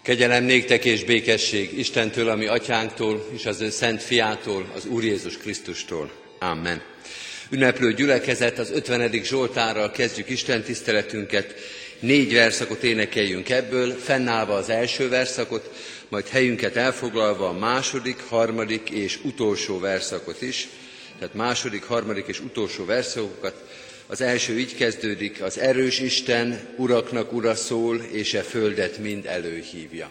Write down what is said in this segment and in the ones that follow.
Kegyelem néktek és békesség Istentől, a mi atyánktól, és az ő szent fiától, az Úr Jézus Krisztustól. Amen. Ünneplő gyülekezet, az 50. Zsoltárral kezdjük Isten tiszteletünket. 4 verszakot énekeljünk ebből, fennállva az első verszakot, majd helyünket elfoglalva a második, harmadik és utolsó verszakot is. Tehát második, harmadik és utolsó verszakokat. Az első így kezdődik: az erős Isten uraknak ura szól, és e földet mind előhívja.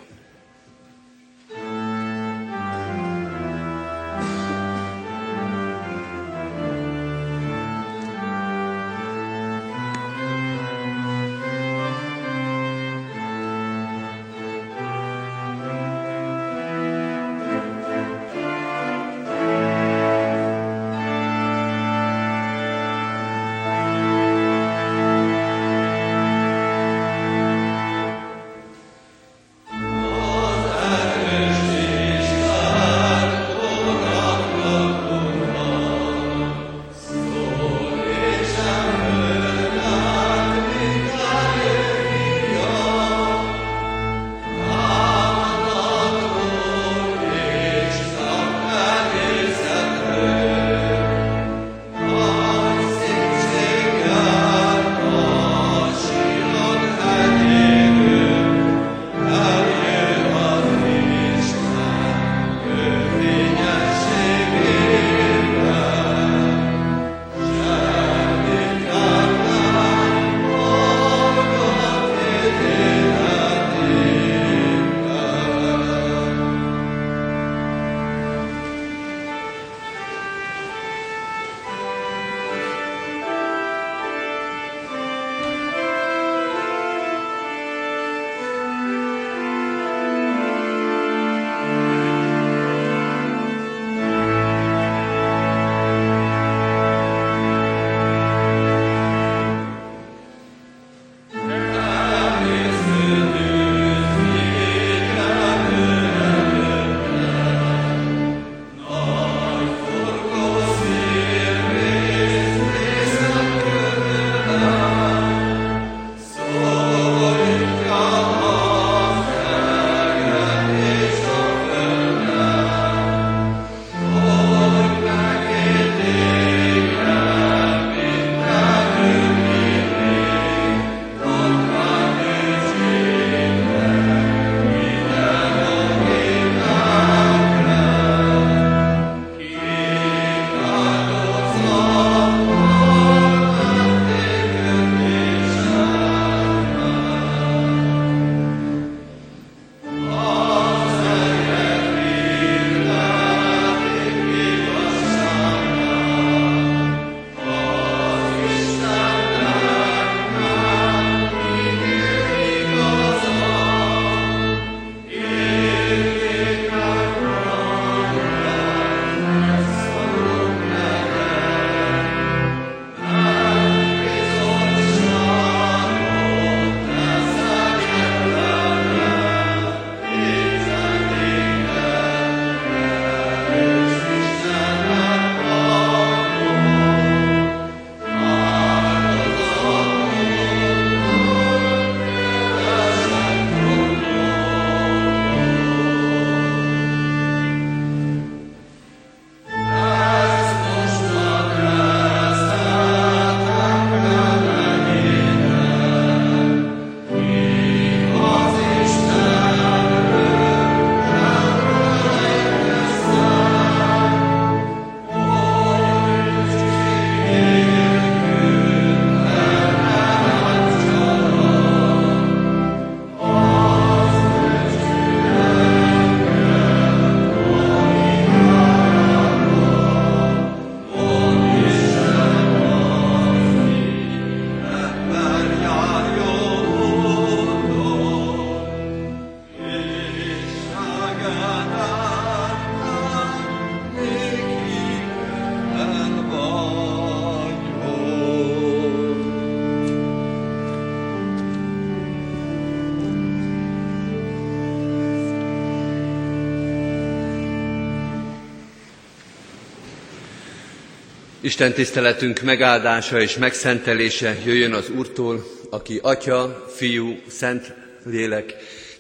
Isten tiszteletünk megáldása és megszentelése jöjjön az Úrtól, aki Atya, Fiú, Szent Lélek,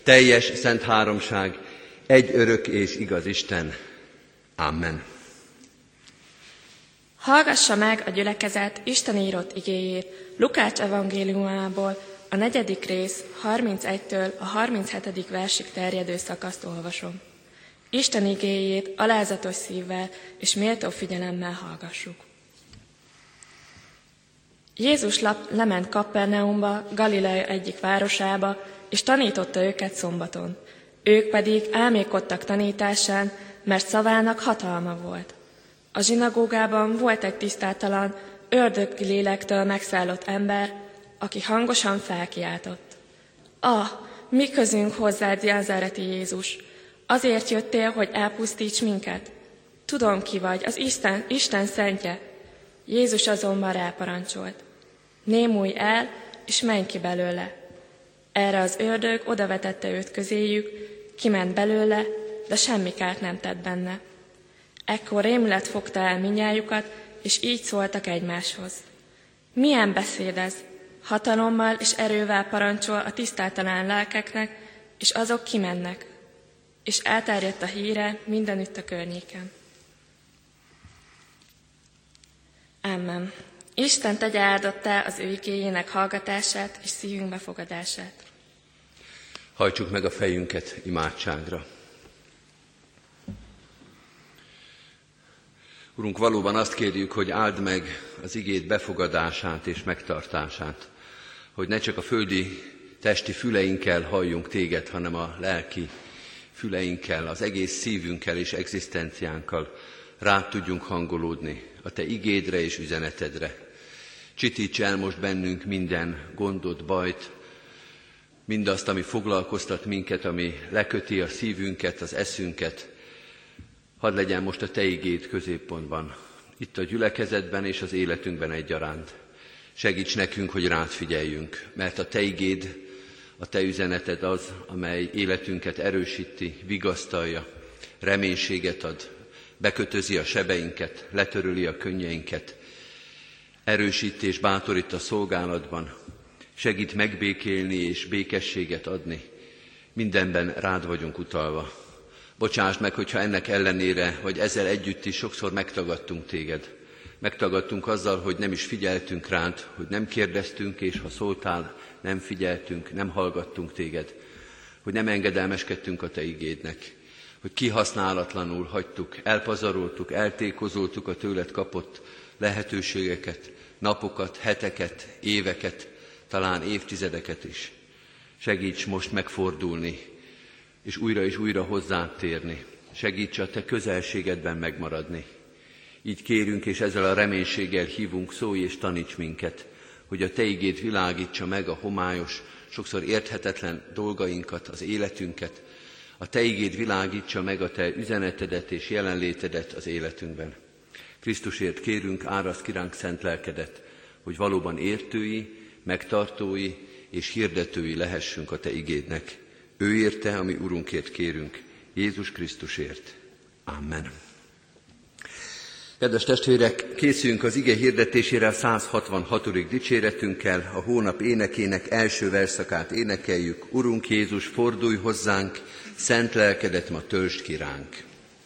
teljes szent háromság, egy örök és igaz Isten. Amen. Hallgassa meg a gyülekezet Isten írott igéjét Lukács evangéliumából, a 4. rész 31-től a 37. versig terjedő szakaszt olvasom. Isten igéjét alázatos szívvel és méltó figyelemmel hallgassuk. Jézus lement Kapernaumba, Galilea egyik városába, és tanította őket szombaton. Ők pedig álmékodtak tanításán, mert szavának hatalma volt. A zsinagógában volt egy tisztátalan, ördögi lélektől megszállott ember, aki hangosan felkiáltott. Mi közünk hozzád, názáreti Jézus! Azért jöttél, hogy elpusztíts minket? Tudom, ki vagy, az Isten szentje. Jézus azonban ráparancsolt. Némulj el, és menj ki belőle. Erre az ördög odavetette őt közéjük, kiment belőle, de semmi kárt nem tett benne. Ekkor rémület fogta el mindnyájukat, és így szóltak egymáshoz. Milyen beszéd ez? Hatalommal és erővel parancsol a tisztátalan lelkeknek, és azok kimennek. És elterjedt a híre mindenütt a környéken. Amen. Isten tegye áldottá az ő igéjének hallgatását és szívünk befogadását. Hajtsuk meg a fejünket imádságra. Urunk, valóban azt kérjük, hogy áld meg az igéd befogadását és megtartását, hogy ne csak a földi, testi füleinkkel halljunk téged, hanem a lelki füleinkkel, az egész szívünkkel és egzisztenciánkkal rád tudjunk hangolódni a te igédre és üzenetedre. Csitíts el most bennünk minden gondot, bajt, mindazt, ami foglalkoztat minket, ami leköti a szívünket, az eszünket. Hadd legyen most a te igéd középpontban, itt a gyülekezetben és az életünkben egyaránt. Segíts nekünk, hogy rád figyeljünk, mert a te igéd, a te üzeneted az, amely életünket erősíti, vigasztalja, reménységet ad, bekötözi a sebeinket, letöröli a könnyeinket, erősít és bátorít a szolgálatban, segít megbékélni és békességet adni. Mindenben rád vagyunk utalva. Bocsásd meg, hogyha ennek ellenére, vagy ezzel együtt is sokszor megtagadtunk téged. Megtagadtunk azzal, hogy nem is figyeltünk rád, hogy nem kérdeztünk, és ha szóltál, nem figyeltünk, nem hallgattunk téged, hogy nem engedelmeskedtünk a te igédnek, hogy kihasználatlanul hagytuk, elpazaroltuk, eltékozoltuk a tőled kapott lehetőségeket, napokat, heteket, éveket, talán évtizedeket is. Segíts most megfordulni, és újra hozzád térni. Segíts a te közelségedben megmaradni. Így kérünk, és ezzel a reménységgel hívunk, szólj és taníts minket, hogy a te igéd világítsa meg a homályos, sokszor érthetetlen dolgainkat, az életünket. A te igéd világítsa meg a te üzenetedet és jelenlétedet az életünkben. Krisztusért kérünk, áraszd ki ránk szent lelkedet, hogy valóban értői, megtartói és hirdetői lehessünk a te igédnek. Ő érte, ami Urunkért kérünk, Jézus Krisztusért. Amen. Kedves testvérek, készüljünk az ige hirdetésére a 166. dicséretünkkel, a hónap énekének első verszakát énekeljük. Urunk Jézus, fordulj hozzánk, szent lelkedet ma töltsd ki ránk.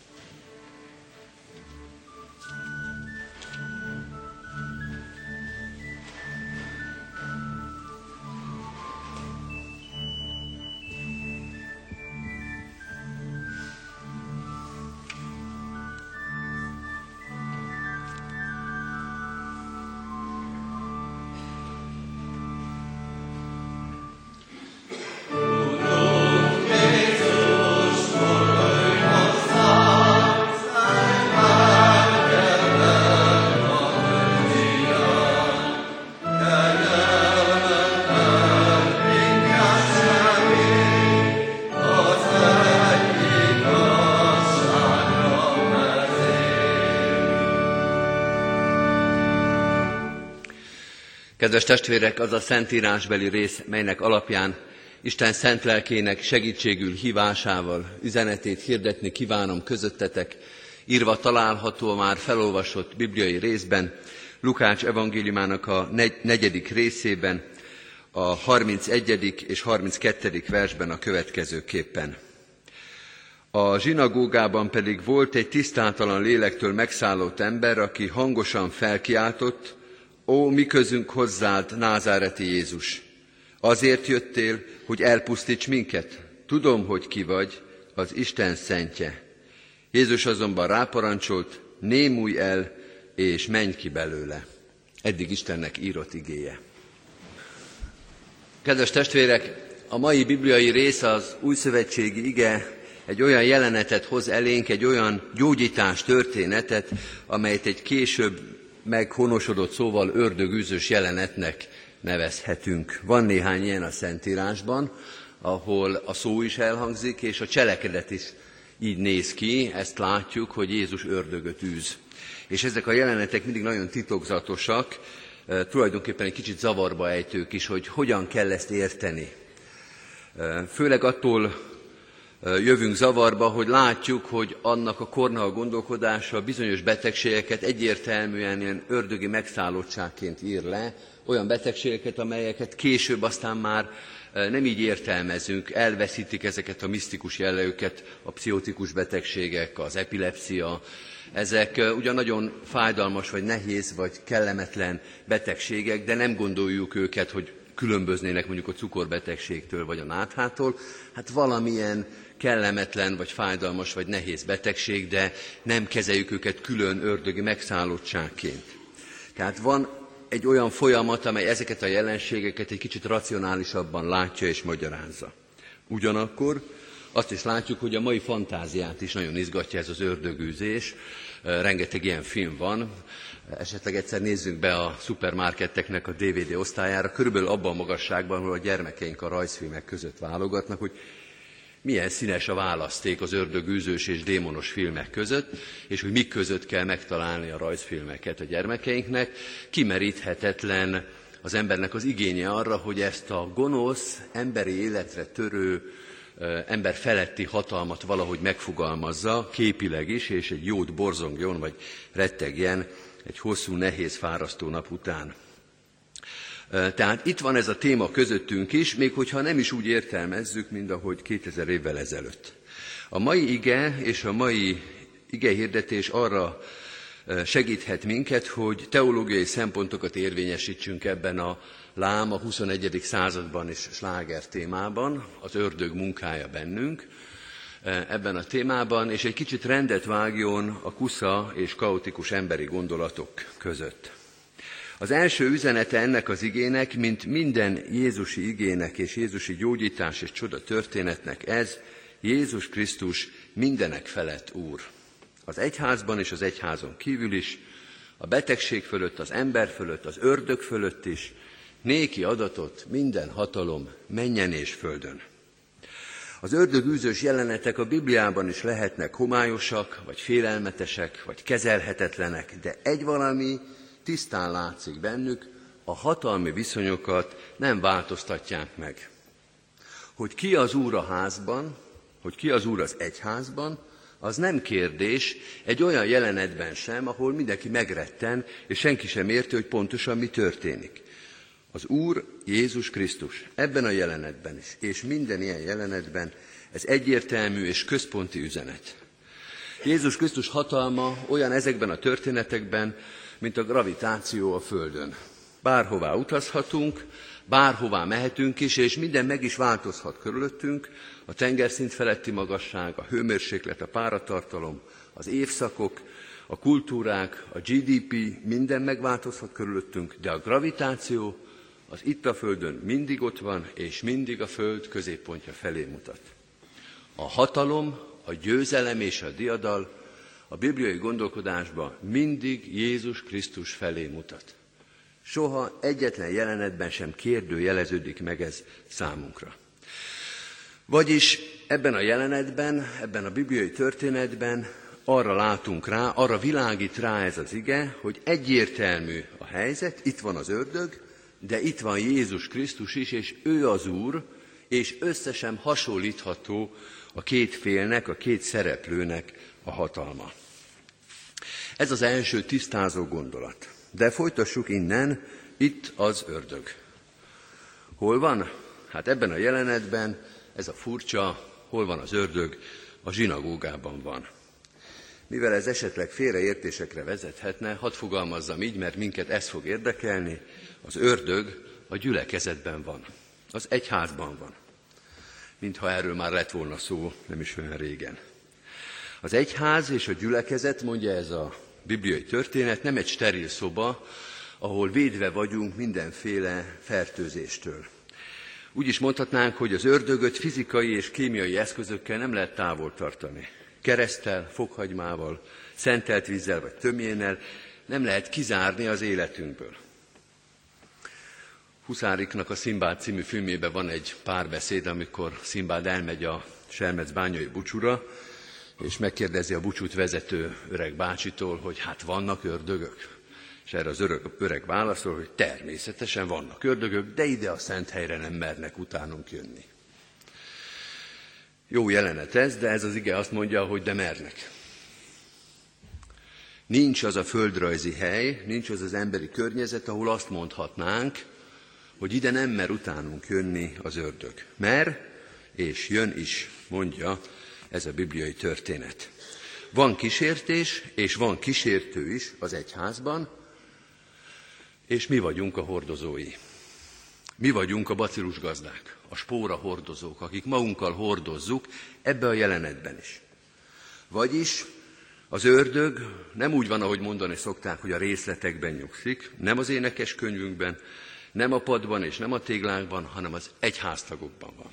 Kedves testvérek, az a szentírásbeli rész, melynek alapján Isten szent lelkének segítségül hívásával üzenetét hirdetni kívánom közöttetek, írva található a már felolvasott bibliai részben, Lukács evangéliumának a 4. részében, a 31. és 32. versben a következőképpen. A zsinagógában pedig volt egy tisztátalan lélektől megszállott ember, aki hangosan felkiáltott: Ó, mi közünk hozzád, názáreti Jézus! Azért jöttél, hogy elpusztíts minket? Tudom, hogy ki vagy, az Isten szentje. Jézus azonban ráparancsolt: némulj el, és menj ki belőle. Eddig Istennek írott igéje. Kedves testvérek, a mai bibliai rész, az újszövetségi ige egy olyan jelenetet hoz elénk, egy olyan gyógyítás történetet, amelyet egy később meghonosodott szóval ördögűzős jelenetnek nevezhetünk. Van néhány ilyen a Szentírásban, ahol a szó is elhangzik, és a cselekedet is így néz ki, ezt látjuk, hogy Jézus ördögöt űz. És ezek a jelenetek mindig nagyon titokzatosak, tulajdonképpen egy kicsit zavarba ejtők is, hogy hogyan kell ezt érteni. Főleg attól jövünk zavarba, hogy látjuk, hogy annak a kornak a gondolkodása bizonyos betegségeket egyértelműen ilyen ördögi megszállottságként ír le, olyan betegségeket, amelyeket később aztán már nem így értelmezünk, elveszítik ezeket a misztikus jellegüket, a pszichotikus betegségek, az epilepszia. Ezek ugyan nagyon fájdalmas, vagy nehéz, vagy kellemetlen betegségek, de nem gondoljuk őket, hogy különböznének mondjuk a cukorbetegségtől, vagy a náthától. Hát valamilyen kellemetlen, vagy fájdalmas, vagy nehéz betegség, de nem kezeljük őket külön ördögi megszállottságként. Tehát van egy olyan folyamat, amely ezeket a jelenségeket egy kicsit racionálisabban látja és magyarázza. Ugyanakkor azt is látjuk, hogy a mai fantáziát is nagyon izgatja ez az ördögűzés. Rengeteg ilyen film van. Esetleg egyszer nézzünk be a szupermarketeknek a DVD osztályára, körülbelül abban a magasságban, ahol a gyermekeink a rajzfilmek között válogatnak, hogy milyen színes a választék az ördögűzős és démonos filmek között, és hogy mik között kell megtalálni a rajzfilmeket a gyermekeinknek. Kimeríthetetlen az embernek az igénye arra, hogy ezt a gonosz, emberi életre törő, ember feletti hatalmat valahogy megfogalmazza, képileg is, és egy jót borzongjon, vagy rettegjen egy hosszú, nehéz, fárasztó nap után. Tehát itt van ez a téma közöttünk is, még hogyha nem is úgy értelmezzük, mint ahogy 2000 évvel ezelőtt. A mai ige és a mai igehirdetés arra segíthet minket, hogy teológiai szempontokat érvényesítsünk ebben a lám a 21. században és sláger témában, az ördög munkája bennünk ebben a témában, és egy kicsit rendet vágjon a kusza és kaotikus emberi gondolatok között. Az első üzenete ennek az igének, mint minden jézusi igének és jézusi gyógyítás és csoda történetnek ez: Jézus Krisztus mindenek felett Úr. Az egyházban és az egyházon kívül is, a betegség fölött, az ember fölött, az ördög fölött is, néki adatot minden hatalom mennyen és földön. Az ördögűzős jelenetek a Bibliában is lehetnek homályosak, vagy félelmetesek, vagy kezelhetetlenek, de egy valami tisztán látszik bennük: a hatalmi viszonyokat nem változtatják meg. Hogy ki az úr a házban, hogy ki az úr az egyházban, az nem kérdés egy olyan jelenetben sem, ahol mindenki megretten, és senki sem érti, hogy pontosan mi történik. Az Úr Jézus Krisztus ebben a jelenetben is, és minden ilyen jelenetben ez egyértelmű és központi üzenet. Jézus Krisztus hatalma olyan ezekben a történetekben, mint a gravitáció a Földön. Bárhová utazhatunk, bárhová mehetünk is, és minden meg is változhat körülöttünk: a tengerszint feletti magasság, a hőmérséklet, a páratartalom, az évszakok, a kultúrák, a GDP, minden megváltozhat körülöttünk, de a gravitáció az itt a Földön mindig ott van, és mindig a Föld középpontja felé mutat. A hatalom, a győzelem és a diadal a bibliai gondolkodásban mindig Jézus Krisztus felé mutat. Soha egyetlen jelenetben sem kérdőjeleződik meg ez számunkra. Vagyis ebben a jelenetben, ebben a bibliai történetben arra látunk rá, arra világít rá ez az ige, hogy egyértelmű a helyzet, itt van az ördög, de itt van Jézus Krisztus is, és ő az Úr, és össze sem hasonlítható a két félnek, a két szereplőnek a hatalma. Ez az első tisztázó gondolat. De folytassuk innen, itt az ördög. Hol van? Hát ebben a jelenetben ez a furcsa, hol van az ördög, a zsinagógában van. Mivel ez esetleg félreértésekre vezethetne, hadd fogalmazzam így, mert minket ez fog érdekelni, az ördög a gyülekezetben van, az egyházban van. Mintha erről már lett volna szó, nem is olyan régen. Az egyház és a gyülekezet, mondja ez a bibliai történet, nem egy steril szoba, ahol védve vagyunk mindenféle fertőzéstől. Úgy is mondhatnánk, hogy az ördögöt fizikai és kémiai eszközökkel nem lehet távol tartani. Kereszttel, fokhagymával, szentelt vízzel vagy tömjénnel nem lehet kizárni az életünkből. Huszáriknak a Szimbád című filmjében van egy párbeszéd, amikor Szimbád elmegy a Selmecbányai búcsúra, és megkérdezi a búcsút vezető öreg bácsitól, hogy hát vannak ördögök? És erre az öreg válaszol, hogy természetesen vannak ördögök, de ide a szent helyre nem mernek utánunk jönni. Jó jelenet ez, de ez az ige azt mondja, hogy de mernek. Nincs az a földrajzi hely, nincs az az emberi környezet, ahol azt mondhatnánk, hogy ide nem mer utánunk jönni az ördög. Mer, és jön is, mondja ez a bibliai történet. Van kísértés, és van kísértő is az egyházban, és mi vagyunk a hordozói. Mi vagyunk a bacillusgazdák, a spóra hordozók, akik magunkkal hordozzuk ebbe a jelenetben is. Vagyis az ördög nem úgy van, ahogy mondani szokták, hogy a részletekben nyugszik, nem az énekeskönyvünkben, nem a padban és nem a téglákban, hanem az egyháztagokban van.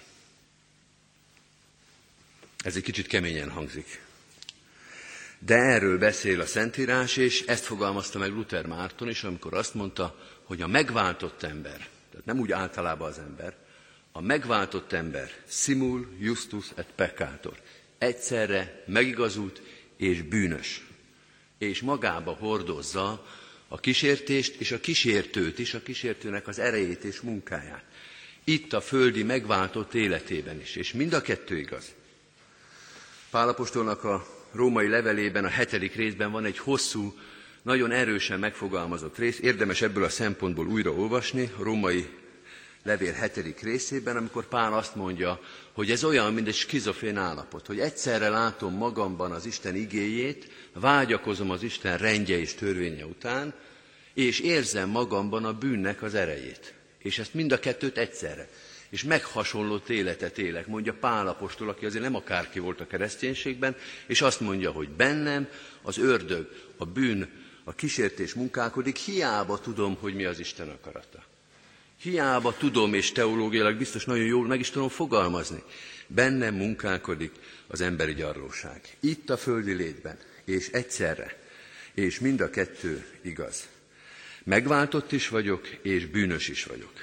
Ez egy kicsit keményen hangzik. De erről beszél a Szentírás, és ezt fogalmazta meg Luther Márton is, amikor azt mondta, hogy a megváltott ember, tehát nem úgy általában az ember, a megváltott ember simul justus et peccator, egyszerre megigazult és bűnös, és magába hordozza a kísértést és a kísértőt is, a kísértőnek az erejét és munkáját. Itt a földi megváltott életében is, és mind a kettő igaz. Pál apostolnak a római levelében, a 7. részben van egy hosszú, nagyon erősen megfogalmazott rész, érdemes ebből a szempontból újra olvasni, a római levél 7. részében, amikor Pál azt mondja, hogy ez olyan, mint egy skizofrén állapot, hogy egyszerre látom magamban az Isten igéjét, vágyakozom az Isten rendje és törvénye után, és érzem magamban a bűnnek az erejét. És ezt mind a kettőt egyszerre. És meghasonlott életet élek, mondja Pál apostol, aki azért nem akárki volt a kereszténységben, és azt mondja, hogy bennem az ördög, a bűn, a kísértés munkálkodik, hiába tudom, hogy mi az Isten akarata. Hiába tudom, és teológiailag biztos nagyon jól meg is tudom fogalmazni. Bennem munkálkodik az emberi gyarlóság. Itt a földi létben, és egyszerre, és mind a kettő igaz. Megváltott is vagyok, és bűnös is vagyok.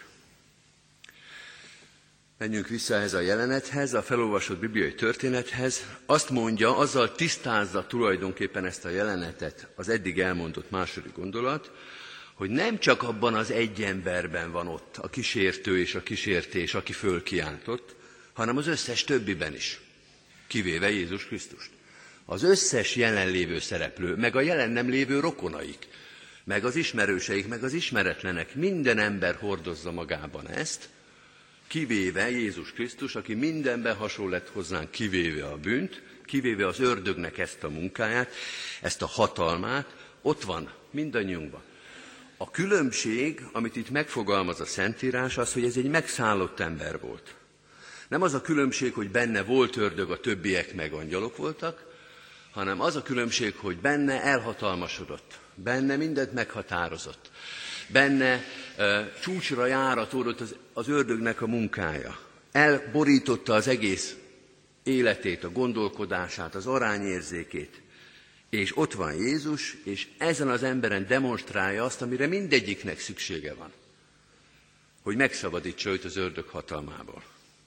Menjünk vissza ehhez a jelenethez, a felolvasott bibliai történethez. Azt mondja, azzal tisztázza tulajdonképpen ezt a jelenetet az eddig elmondott második gondolat, hogy nem csak abban az egy emberben van ott a kísértő és a kísértés, aki fölkiáltott, hanem az összes többiben is, kivéve Jézus Krisztust. Az összes jelenlévő szereplő, meg a jelen nem lévő rokonaik, meg az ismerőseik, meg az ismeretlenek, minden ember hordozza magában ezt, kivéve Jézus Krisztus, aki mindenben hasonló lett hozzánk, kivéve a bűnt, kivéve az ördögnek ezt a munkáját, ezt a hatalmát, ott van mindannyiunkban. A különbség, amit itt megfogalmaz a Szentírás, az, hogy ez egy megszállott ember volt. Nem az a különbség, hogy benne volt ördög, a többiek meg angyalok voltak, hanem az a különbség, hogy benne elhatalmasodott, benne mindent meghatározott, benne csúcsra járatódott az ördögnek a munkája. Elborította az egész életét, a gondolkodását, az arányérzékét. És ott van Jézus, és ezen az emberen demonstrálja azt, amire mindegyiknek szüksége van. Hogy megszabadítsa őt az ördög hatalmából.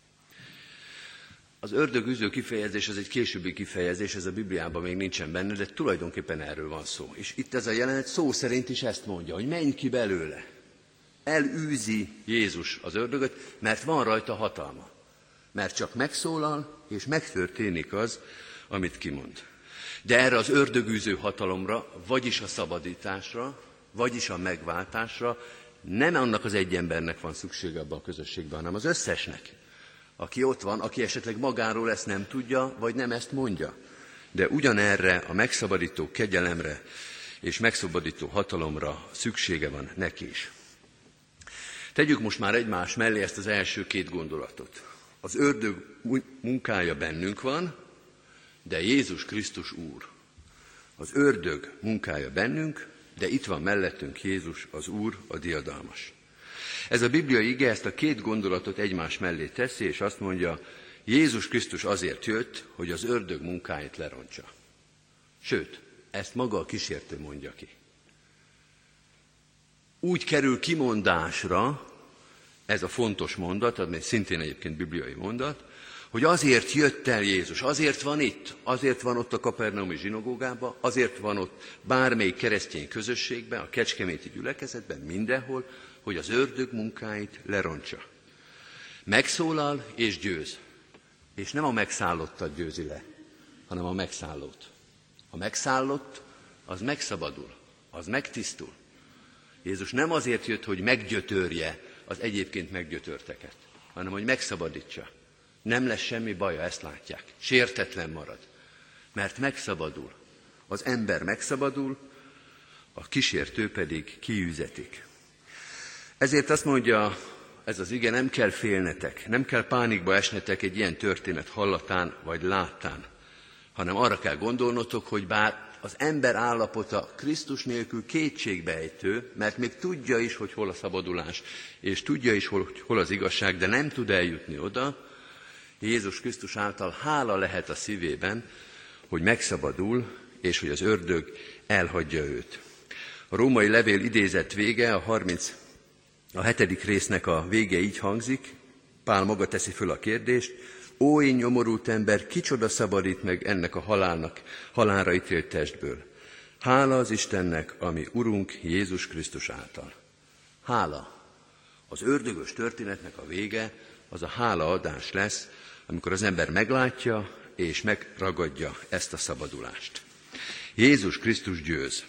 Az ördögűző kifejezés az egy későbbi kifejezés, ez a Bibliában még nincsen benne, de tulajdonképpen erről van szó. És itt ez a jelenet szó szerint is ezt mondja, hogy menj ki belőle. Elűzi Jézus az ördögöt, mert van rajta hatalma. Mert csak megszólal, és megtörténik az, amit kimond. De erre az ördögűző hatalomra, vagyis a szabadításra, vagyis a megváltásra nem annak az egy embernek van szüksége abban a közösségben, hanem az összesnek, aki ott van, aki esetleg magáról ezt nem tudja, vagy nem ezt mondja. De ugyanerre a megszabadító kegyelemre és megszabadító hatalomra szüksége van neki is. Tegyük most már egymás mellé ezt az első két gondolatot. Az ördög munkája bennünk van, de Jézus Krisztus Úr. Az ördög munkája bennünk, de itt van mellettünk Jézus, az Úr, a diadalmas. Ez a bibliai ige ezt a két gondolatot egymás mellé teszi, és azt mondja, Jézus Krisztus azért jött, hogy az ördög munkáit lerontsa. Sőt, ezt maga a kísértő mondja ki. Úgy kerül kimondásra ez a fontos mondat, ami szintén egyébként bibliai mondat, hogy azért jött el Jézus, azért van itt, azért van ott a kapernaumi zsinagógában, azért van ott bármelyik keresztény közösségben, a kecskeméti gyülekezetben, mindenhol, hogy az ördög munkáit lerontsa. Megszólal és győz. És nem a megszállottat győzi le, hanem a megszállót. A megszállott, az megszabadul, az megtisztul. Jézus nem azért jött, hogy meggyötörje az egyébként meggyötörteket, hanem hogy megszabadítsa. Nem lesz semmi baja, ezt látják. Sértetlen marad, mert megszabadul. Az ember megszabadul, a kísértő pedig kiűzetik. Ezért azt mondja ez az ige, nem kell félnetek, nem kell pánikba esnetek egy ilyen történet hallatán vagy láttán, hanem arra kell gondolnotok, hogy bár az ember állapota Krisztus nélkül kétségbeejtő, mert még tudja is, hogy hol a szabadulás, és tudja is, hogy hol az igazság, de nem tud eljutni oda, Jézus Krisztus által hála lehet a szívében, hogy megszabadul, és hogy az ördög elhagyja őt. A római levél idézett vége, a 7. résznek a vége így hangzik, Pál maga teszi föl a kérdést, ó, én nyomorult ember, kicsoda szabadít meg ennek a halálra ítélt testből? Hála az Istennek, ami Urunk Jézus Krisztus által. Hála. Az ördögös történetnek a vége, az a hálaadás lesz, amikor az ember meglátja és megragadja ezt a szabadulást. Jézus Krisztus győz.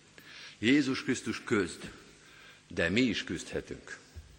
Jézus Krisztus küzd, de mi is küzdhetünk.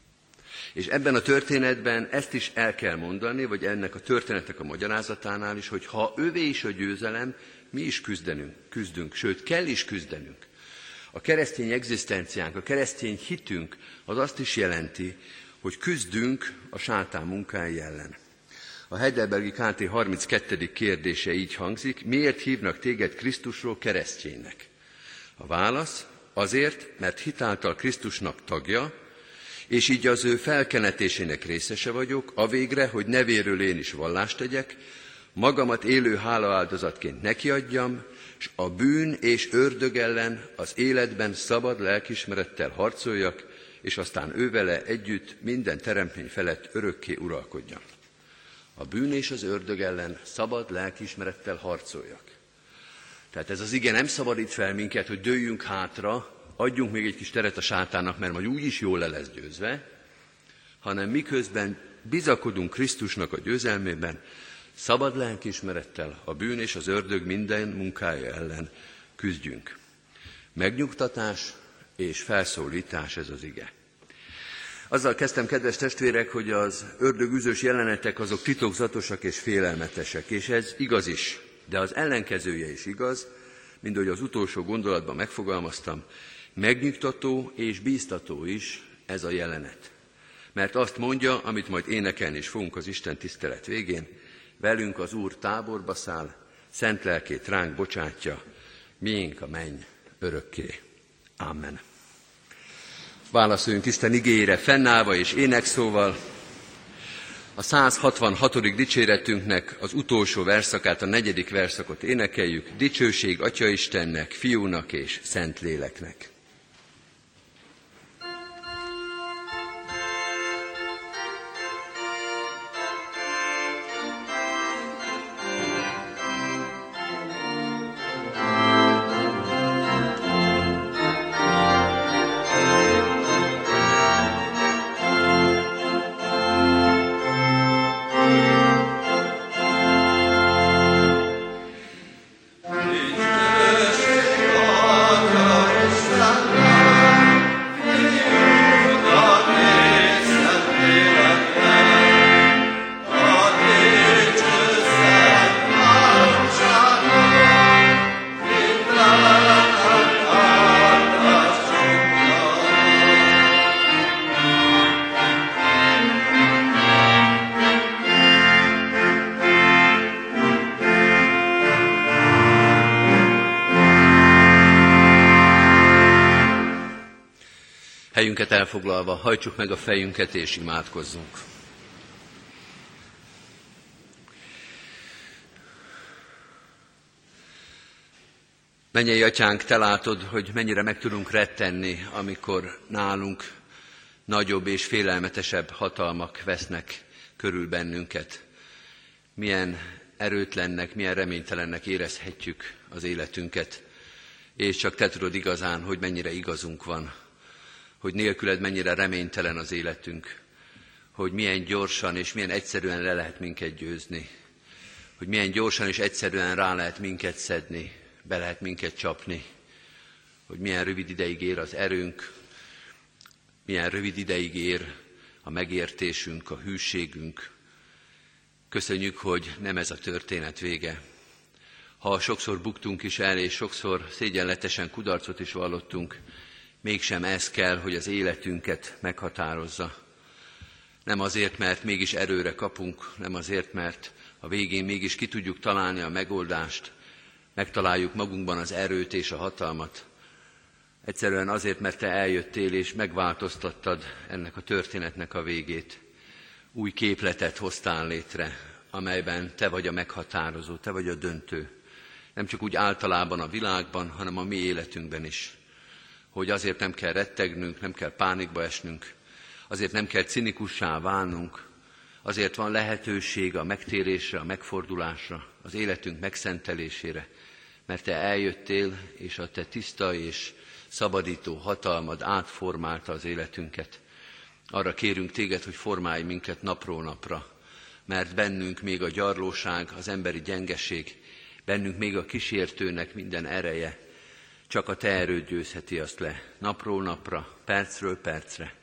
És ebben a történetben ezt is el kell mondani, vagy ennek a történetnek a magyarázatánál is, hogy ha ővé is a győzelem, mi is küzdünk, sőt, kell is küzdenünk. A keresztény egzisztenciánk, a keresztény hitünk az azt is jelenti, hogy küzdünk a sátán munkái ellen. A Heidelbergi KT 32. kérdése így hangzik, miért hívnak téged Krisztusról kereszténynek? A válasz, azért, mert hitáltal Krisztusnak tagja, és így az ő felkenetésének részese vagyok, avégre, hogy nevéről én is vallást tegyek, magamat élő hálaáldozatként nekiadjam, és a bűn és ördög ellen az életben szabad lelkiismerettel harcoljak, és aztán ővele együtt minden teremtmény felett örökké uralkodjam. A bűn és az ördög ellen szabad lelkiismerettel harcoljak. Tehát ez az ige nem szabadít fel minket, hogy dőljünk hátra, adjunk még egy kis teret a sátánnak, mert majd úgyis jól le lesz győzve, hanem miközben bizakodunk Krisztusnak a győzelmében, szabad lelkiismerettel a bűn és az ördög minden munkája ellen küzdjünk. Megnyugtatás és felszólítás ez az ige. Azzal kezdtem, kedves testvérek, hogy az ördögűzős jelenetek azok titokzatosak és félelmetesek, és ez igaz is, de az ellenkezője is igaz, mind ahogy az utolsó gondolatban megfogalmaztam, megnyugtató és bíztató is ez a jelenet. Mert azt mondja, amit majd énekelni is fogunk az Isten tisztelet végén, velünk az Úr táborba száll, szent lelkét ránk bocsátja, miénk a menny örökké. Amen. Válaszoljunk Isten igéjére fennállva és énekszóval. A 166. dicséretünknek az utolsó verszakát, a 4. verszakot énekeljük. Dicsőség Atya Istennek, Fiúnak és Szentléleknek. Stop. Helyünket elfoglalva, hajtsuk meg a fejünket és imádkozzunk. Mennyei Atyánk, Te látod, hogy mennyire meg tudunk rettenni, amikor nálunk nagyobb és félelmetesebb hatalmak vesznek körül bennünket. Milyen erőtlennek, milyen reménytelennek érezhetjük az életünket, és csak Te tudod igazán, hogy mennyire igazunk van, hogy nélküled mennyire reménytelen az életünk, hogy milyen gyorsan és milyen egyszerűen le lehet minket győzni, hogy milyen gyorsan és egyszerűen rá lehet minket szedni, be lehet minket csapni, hogy milyen rövid ideig ér az erőnk, milyen rövid ideig ér a megértésünk, a hűségünk. Köszönjük, hogy nem ez a történet vége. Ha sokszor buktunk is el, és sokszor szégyenletesen kudarcot is vallottunk, mégsem ez kell, hogy az életünket meghatározza. Nem azért, mert mégis erőre kapunk, nem azért, mert a végén mégis ki tudjuk találni a megoldást, megtaláljuk magunkban az erőt és a hatalmat. Egyszerűen azért, mert Te eljöttél és megváltoztattad ennek a történetnek a végét. Új képletet hoztál létre, amelyben Te vagy a meghatározó, Te vagy a döntő. Nem csak úgy általában a világban, hanem a mi életünkben is. Hogy azért nem kell rettegnünk, nem kell pánikba esnünk, azért nem kell cinikussá válnunk, azért van lehetőség a megtérésre, a megfordulásra, az életünk megszentelésére, mert Te eljöttél, és a Te tiszta és szabadító hatalmad átformálta az életünket. Arra kérünk Téged, hogy formálj minket napról napra, mert bennünk még a gyarlóság, az emberi gyengeség, bennünk még a kísértőnek minden ereje, csak a Te erőd győzheti azt le, napról napra, percről percre.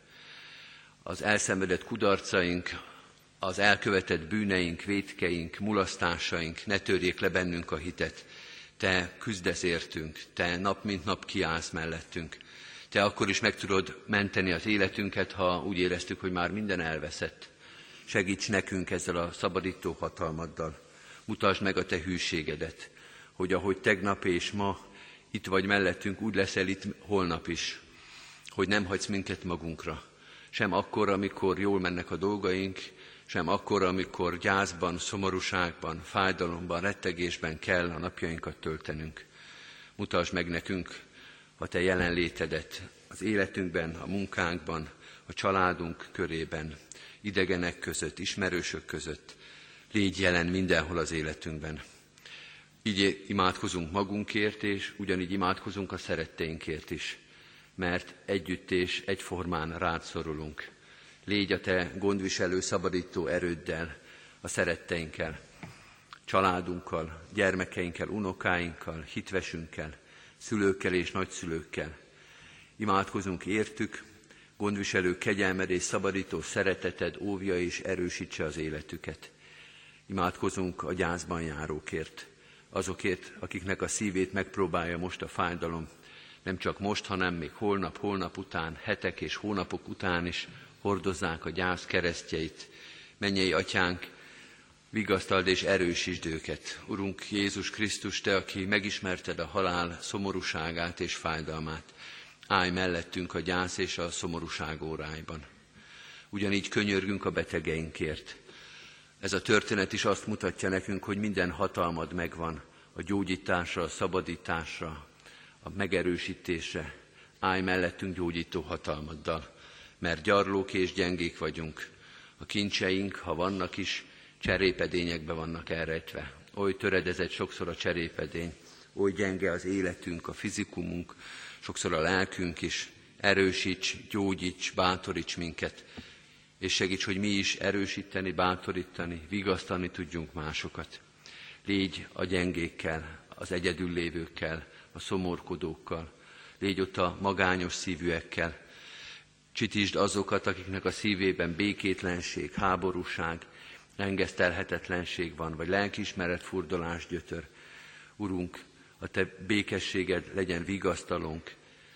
Az elszenvedett kudarcaink, az elkövetett bűneink, vétkeink, mulasztásaink ne törjék le bennünk a hitet. Te küzdesz értünk, Te nap mint nap kiállsz mellettünk. Te akkor is meg tudod menteni az életünket, ha úgy éreztük, hogy már minden elveszett. Segíts nekünk ezzel a szabadító hatalmaddal. Mutasd meg a Te hűségedet, hogy ahogy tegnap és ma itt vagy mellettünk, úgy leszel itt holnap is, hogy nem hagysz minket magunkra. Sem akkor, amikor jól mennek a dolgaink, sem akkor, amikor gyászban, szomorúságban, fájdalomban, rettegésben kell a napjainkat töltenünk. Mutasd meg nekünk a Te jelenlétedet az életünkben, a munkánkban, a családunk körében, idegenek között, ismerősök között. Légy jelen mindenhol az életünkben. Így imádkozunk magunkért, és ugyanígy imádkozunk a szeretteinkért is, mert együtt és egyformán rád szorulunk. Légy a Te gondviselő, szabadító erőddel, a szeretteinkkel, családunkkal, gyermekeinkkel, unokáinkkal, hitvesünkkel, szülőkkel és nagyszülőkkel. Imádkozunk értük, gondviselő kegyelmed és szabadító szereteted óvja és erősítse az életüket. Imádkozunk a gyászban járókért, azokért, akiknek a szívét megpróbálja most a fájdalom, nem csak most, hanem még holnap után, hetek és hónapok után is hordozzák a gyász keresztjeit. Mennyei Atyánk, vigasztald és erősítsd őket. Urunk Jézus Krisztus, Te, aki megismerted a halál szomorúságát és fájdalmát, állj mellettünk a gyász és a szomorúság óráiban. Ugyanígy könyörgünk a betegeinkért. Ez a történet is azt mutatja nekünk, hogy minden hatalmad megvan a gyógyításra, a szabadításra, a megerősítésre. Állj mellettünk gyógyító hatalmaddal, mert gyarlók és gyengék vagyunk. A kincseink, ha vannak is, cserépedényekbe vannak elrejtve. Oly töredezett sokszor a cserépedény, oly gyenge az életünk, a fizikumunk, sokszor a lelkünk is. Erősíts, gyógyíts, bátoríts minket, és segíts, hogy mi is erősíteni, bátorítani, vigasztani tudjunk másokat. Légy a gyengékkel, az egyedül lévőkkel, a szomorkodókkal, légy ott a magányos szívűekkel. Csitítsd azokat, akiknek a szívében békétlenség, háborúság, engesztelhetetlenség van, vagy lelkiismeret furdalás gyötör. Urunk, a Te békességed legyen vigasztalónk,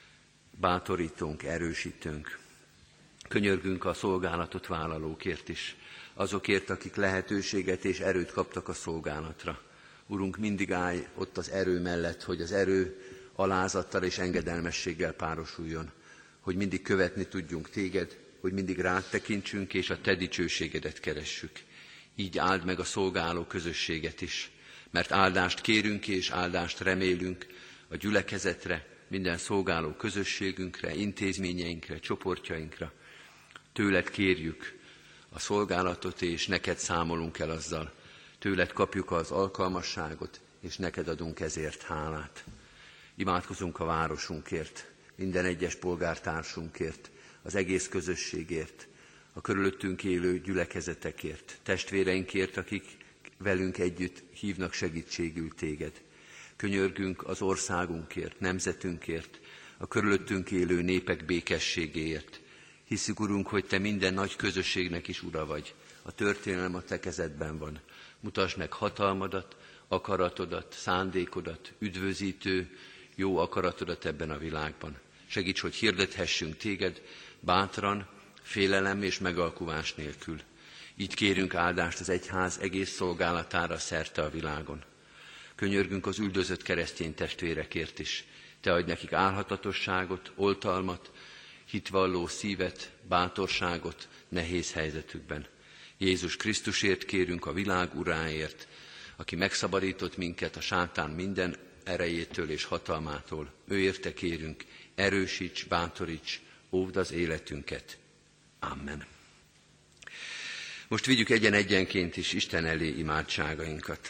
bátorítónk, erősítőnk. Könyörgünk a szolgálatot vállalókért is, azokért, akik lehetőséget és erőt kaptak a szolgálatra. Urunk, mindig állj ott az erő mellett, hogy az erő alázattal és engedelmességgel párosuljon, hogy mindig követni tudjunk téged, hogy mindig rád tekintsünk, és a te dicsőségedet keressük. Így áld meg a szolgáló közösséget is, mert áldást kérünk és áldást remélünk a gyülekezetre, minden szolgáló közösségünkre, intézményeinkre, csoportjainkra. Tőled kérjük a szolgálatot, és neked számolunk el azzal. Tőled kapjuk az alkalmasságot, és neked adunk ezért hálát. Imádkozunk a városunkért, minden egyes polgártársunkért, az egész közösségért, a körülöttünk élő gyülekezetekért, testvéreinkért, akik velünk együtt hívnak segítségül téged. Könyörgünk az országunkért, nemzetünkért, a körülöttünk élő népek békességéért. Hiszük, Urunk, hogy te minden nagy közösségnek is ura vagy. A történelem a te kezedben van. Mutasd meg hatalmadat, akaratodat, szándékodat, üdvözítő, jó akaratodat ebben a világban. Segíts, hogy hirdethessünk téged bátran, félelem és megalkuvás nélkül. Így kérünk áldást az egyház egész szolgálatára szerte a világon. Könyörgünk az üldözött keresztény testvérekért is. Te adj nekik álhatatosságot, oltalmat, hitvalló szívet, bátorságot nehéz helyzetükben. Jézus Krisztusért kérünk, a világ uráért, aki megszabadított minket a sátán minden erejétől és hatalmától. Ő érte kérünk, erősíts, bátoríts, óvd az életünket. Amen. Most vigyük egyenként is Isten elé imádságainkat.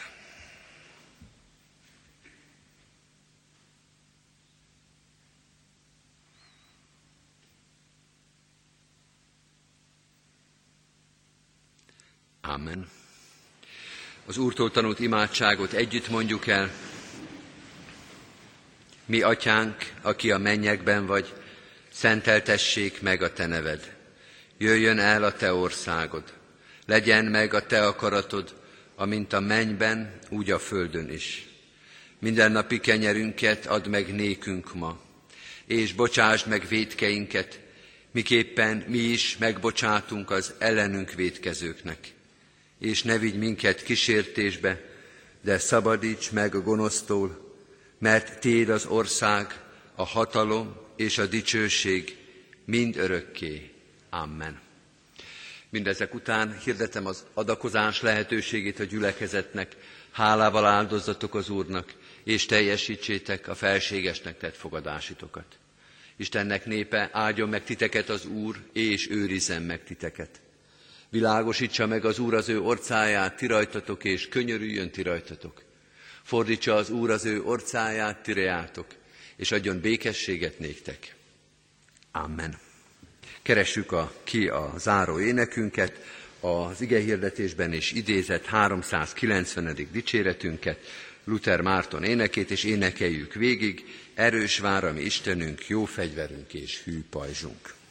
Amen. Az Úrtól tanult imádságot együtt mondjuk el. Mi atyánk, aki a mennyekben vagy, szenteltessék meg a te neved. Jöjjön el a te országod. Legyen meg a te akaratod, amint a mennyben, úgy a földön is. Mindennapi kenyerünket add meg nékünk ma, és bocsásd meg vétkeinket, miképpen mi is megbocsátunk az ellenünk vétkezőknek. És ne vigy minket kísértésbe, de szabadíts meg a gonosztól, mert tiéd az ország, a hatalom és a dicsőség mind örökké. Amen. Mindezek után hirdetem az adakozás lehetőségét a gyülekezetnek, hálával áldozzatok az Úrnak, és teljesítsétek a felségesnek tett fogadásitokat. Istennek népe, áldjon meg titeket az Úr, és őrizzen meg titeket. Világosítsa meg az Úr az ő orcáját ti rajtatok, és könyörüljön ti rajtatok. Fordítsa az Úr az ő orcáját ti reátok, és adjon békességet néktek. Amen. Keressük ki a záró énekünket, az igehirdetésben is idézett 390. dicséretünket, Luther Márton énekét, és énekeljük végig: erős vár a mi Istenünk, jó fegyverünk és hű pajzsunk.